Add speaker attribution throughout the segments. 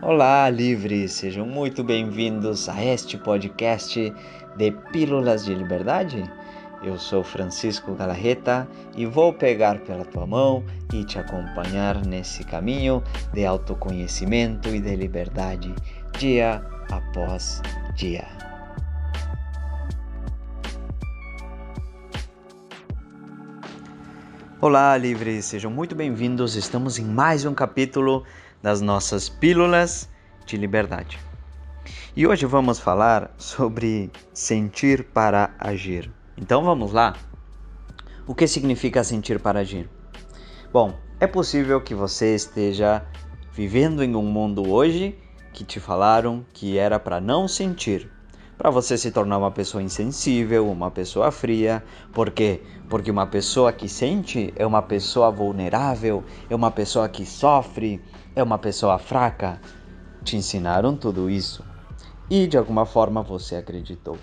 Speaker 1: Olá, livres! Sejam muito bem-vindos a este podcast de Pílulas de Liberdade. Eu sou Francisco Galarreta e vou pegar pela tua mão e te acompanhar nesse caminho de autoconhecimento e de liberdade, dia após dia. Olá, livres! Sejam muito bem-vindos. Estamos em mais um capítulo das nossas Pílulas de Liberdade. E hoje vamos falar sobre sentir para agir. Então vamos lá? O que significa sentir para agir? Bom, é possível que você esteja vivendo em um mundo hoje que te falaram que era para não sentir, para você se tornar uma pessoa insensível, uma pessoa fria. Por quê? Porque uma pessoa que sente é uma pessoa vulnerável, é uma pessoa que sofre, é uma pessoa fraca. Te ensinaram tudo isso e de alguma forma você acreditou.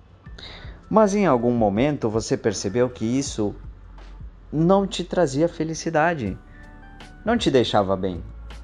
Speaker 1: Mas em algum momento você percebeu que isso não te trazia felicidade, não te deixava bem.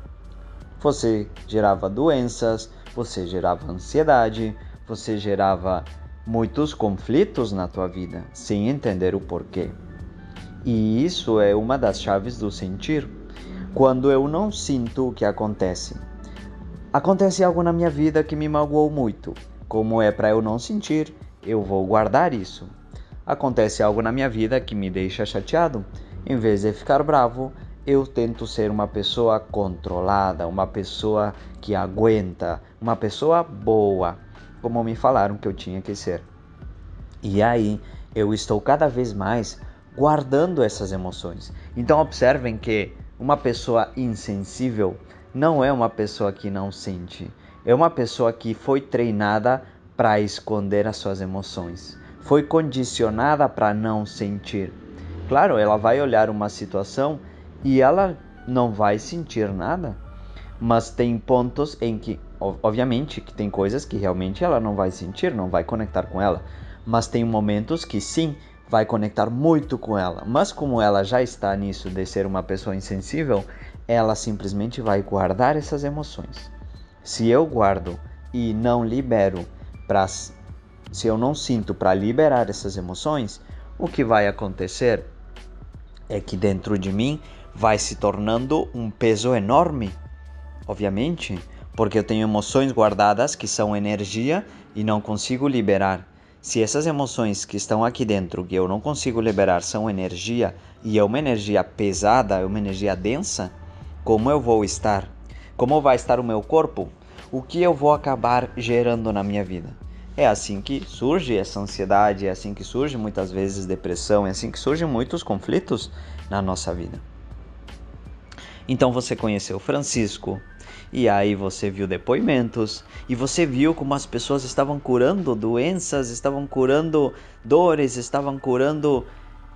Speaker 1: Você gerava doenças, você gerava ansiedade, você gerava muitos conflitos na tua vida, sem entender o porquê. E isso é uma das chaves do sentir. Quando eu não sinto o que acontece algo na minha vida que me magoou muito. Como é para eu não sentir, eu vou guardar isso. Acontece algo na minha vida que me deixa chateado. Em vez de ficar bravo, eu tento ser uma pessoa controlada, uma pessoa que aguenta, uma pessoa boa, como me falaram que eu tinha que ser. E aí eu estou cada vez mais guardando essas emoções. Então observem que uma pessoa insensível não é uma pessoa que não sente. É uma pessoa que foi treinada para esconder as suas emoções. Foi condicionada para não sentir. Claro, ela vai olhar uma situação e ela não vai sentir nada. Mas tem pontos em que, obviamente, que tem coisas que realmente ela não vai sentir, não vai conectar com ela. Mas tem momentos que sim, vai conectar muito com ela. Mas como ela já está nisso de ser uma pessoa insensível, ela simplesmente vai guardar essas emoções. Se eu guardo e não libero, se eu não sinto para liberar essas emoções, o que vai acontecer é que dentro de mim vai se tornando um peso enorme. Obviamente, porque eu tenho emoções guardadas que são energia e não consigo liberar. Se essas emoções que estão aqui dentro, que eu não consigo liberar, são energia, e é uma energia pesada, é uma energia densa, como eu vou estar? Como vai estar o meu corpo? O que eu vou acabar gerando na minha vida? É assim que surge essa ansiedade, é assim que surge muitas vezes depressão, é assim que surgem muitos conflitos na nossa vida. Então você conheceu Francisco, e aí você viu depoimentos, e você viu como as pessoas estavam curando doenças, estavam curando dores, estavam curando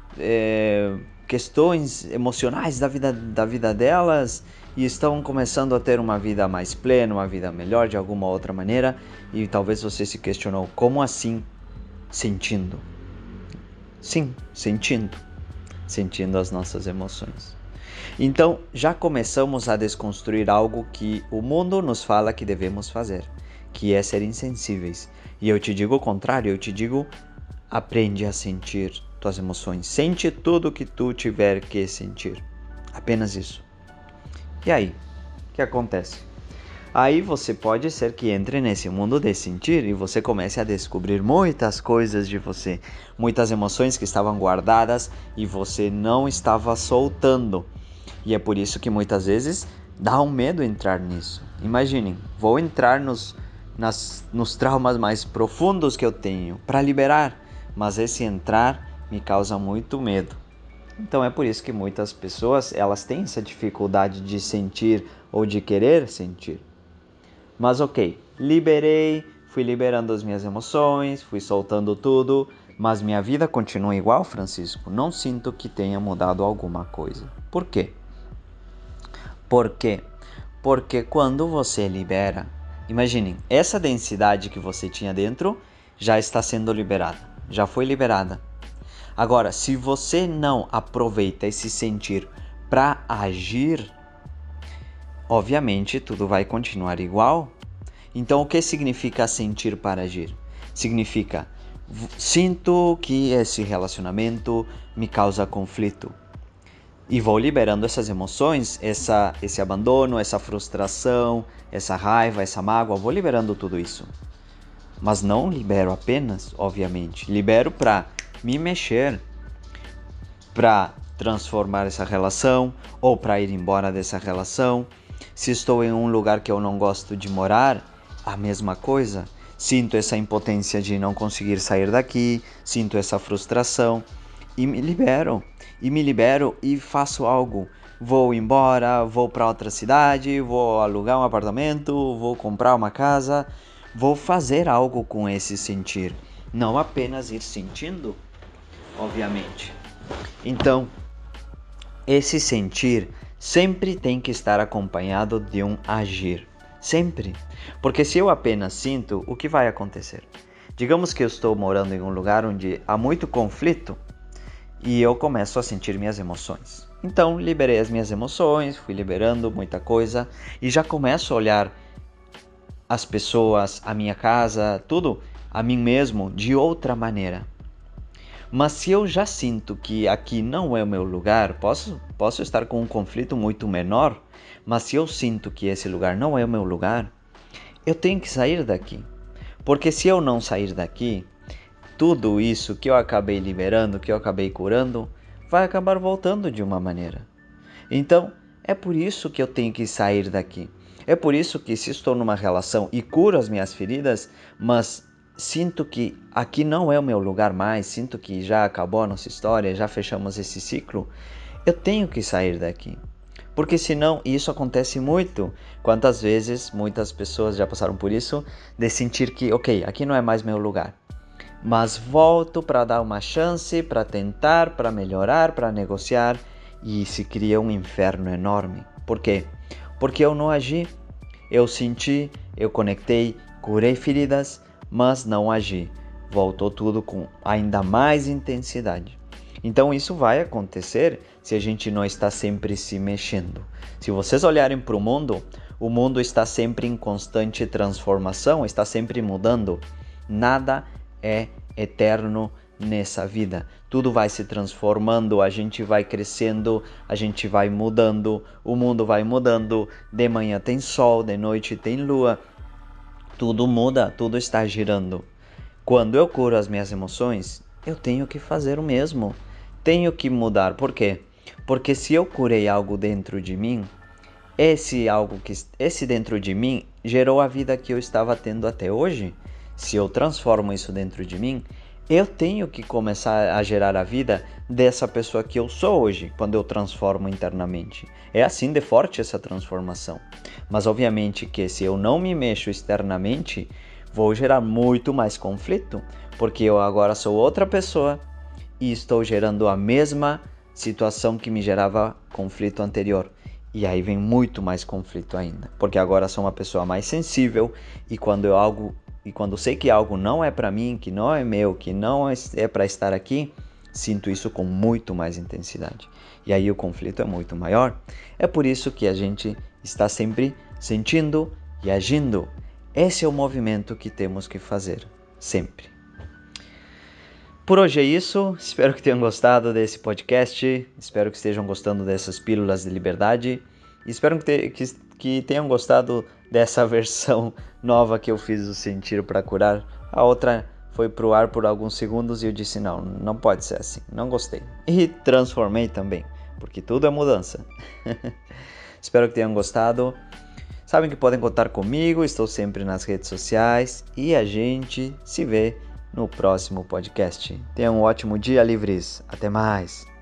Speaker 1: questões emocionais da vida delas, e estão começando a ter uma vida mais plena, uma vida melhor de alguma outra maneira, e talvez você se questionou, como assim sentindo? Sim, sentindo as nossas emoções. Então, já começamos a desconstruir algo que o mundo nos fala que devemos fazer, que é ser insensíveis. E eu te digo o contrário, eu te digo, aprende a sentir tuas emoções. Sente tudo que tu tiver que sentir. Apenas isso. E aí, o que acontece? Aí você pode ser que entre nesse mundo de sentir e você comece a descobrir muitas coisas de você, muitas emoções que estavam guardadas e você não estava soltando. E é por isso que muitas vezes dá um medo entrar nisso. Imaginem, vou entrar nos traumas mais profundos que eu tenho para liberar, mas esse entrar me causa muito medo. Então é por isso que muitas pessoas elas têm essa dificuldade de sentir ou de querer sentir. Mas ok, liberei, fui liberando as minhas emoções, fui soltando tudo, mas minha vida continua igual, Francisco. Não sinto que tenha mudado alguma coisa. Por quê? Por quê? Porque quando você libera, imaginem, essa densidade que você tinha dentro já está sendo liberada, já foi liberada. Agora, se você não aproveita esse sentir para agir, obviamente tudo vai continuar igual. Então, o que significa sentir para agir? Significa, sinto que esse relacionamento me causa conflito. E vou liberando essas emoções, esse abandono, essa frustração, essa raiva, essa mágoa, vou liberando tudo isso. Mas não libero apenas, obviamente. Libero para me mexer, para transformar essa relação ou para ir embora dessa relação. Se estou em um lugar que eu não gosto de morar, a mesma coisa. Sinto essa impotência de não conseguir sair daqui, sinto essa frustração e me libero. E faço algo. Vou embora, vou para outra cidade, vou alugar um apartamento, vou comprar uma casa, vou fazer algo com esse sentir. Não apenas ir sentindo, obviamente. Então, esse sentir sempre tem que estar acompanhado de um agir. Sempre. Porque se eu apenas sinto, o que vai acontecer? Digamos que eu estou morando em um lugar onde há muito conflito e eu começo a sentir minhas emoções. Então, liberei as minhas emoções, fui liberando muita coisa e já começo a olhar as pessoas, a minha casa, tudo, a mim mesmo de outra maneira. Mas se eu já sinto que aqui não é o meu lugar, posso estar com um conflito muito menor, mas se eu sinto que esse lugar não é o meu lugar, eu tenho que sair daqui. Porque se eu não sair daqui, tudo isso que eu acabei liberando, que eu acabei curando, vai acabar voltando de uma maneira. Então, é por isso que eu tenho que sair daqui. É por isso que se estou numa relação e curo as minhas feridas, mas sinto que aqui não é o meu lugar mais, sinto que já acabou a nossa história, já fechamos esse ciclo, eu tenho que sair daqui. Porque senão, e isso acontece muito, quantas vezes muitas pessoas já passaram por isso, de sentir que, ok, aqui não é mais meu lugar. Mas volto para dar uma chance, para tentar, para melhorar, para negociar, e se cria um inferno enorme. Por quê? Porque eu não agi, eu senti, eu conectei, curei feridas, mas não agi. Voltou tudo com ainda mais intensidade. Então isso vai acontecer se a gente não está sempre se mexendo. Se vocês olharem para o mundo está sempre em constante transformação, está sempre mudando. Nada é eterno nessa vida. Tudo vai se transformando, a gente vai crescendo, a gente vai mudando, o mundo vai mudando. De manhã tem sol, de noite tem lua. Tudo muda, tudo está girando. Quando eu curo as minhas emoções, eu tenho que fazer o mesmo. Tenho que mudar. Por quê? Porque se eu curei algo dentro de mim, esse dentro de mim gerou a vida que eu estava tendo até hoje. Se eu transformo isso dentro de mim, eu tenho que começar a gerar a vida dessa pessoa que eu sou hoje, quando eu transformo internamente. É assim de forte essa transformação. Mas obviamente que se eu não me mexo externamente, vou gerar muito mais conflito, porque eu agora sou outra pessoa e estou gerando a mesma situação que me gerava conflito anterior. E aí vem muito mais conflito ainda, porque agora sou uma pessoa mais sensível e quando sei que algo não é para mim, que não é meu, que não é para estar aqui, sinto isso com muito mais intensidade. E aí o conflito é muito maior. É por isso que a gente está sempre sentindo e agindo. Esse é o movimento que temos que fazer, sempre. Por hoje é isso, espero que tenham gostado desse podcast, espero que estejam gostando dessas pílulas de liberdade, espero que tenham gostado dessa versão nova que eu fiz do Sentir para Curar. A outra foi pro ar por alguns segundos e eu disse não pode ser assim, não gostei. E transformei também, porque tudo é mudança. Espero que tenham gostado. Sabem que podem contar comigo, estou sempre nas redes sociais e a gente se vê no próximo podcast. Tenham um ótimo dia, livres. Até mais!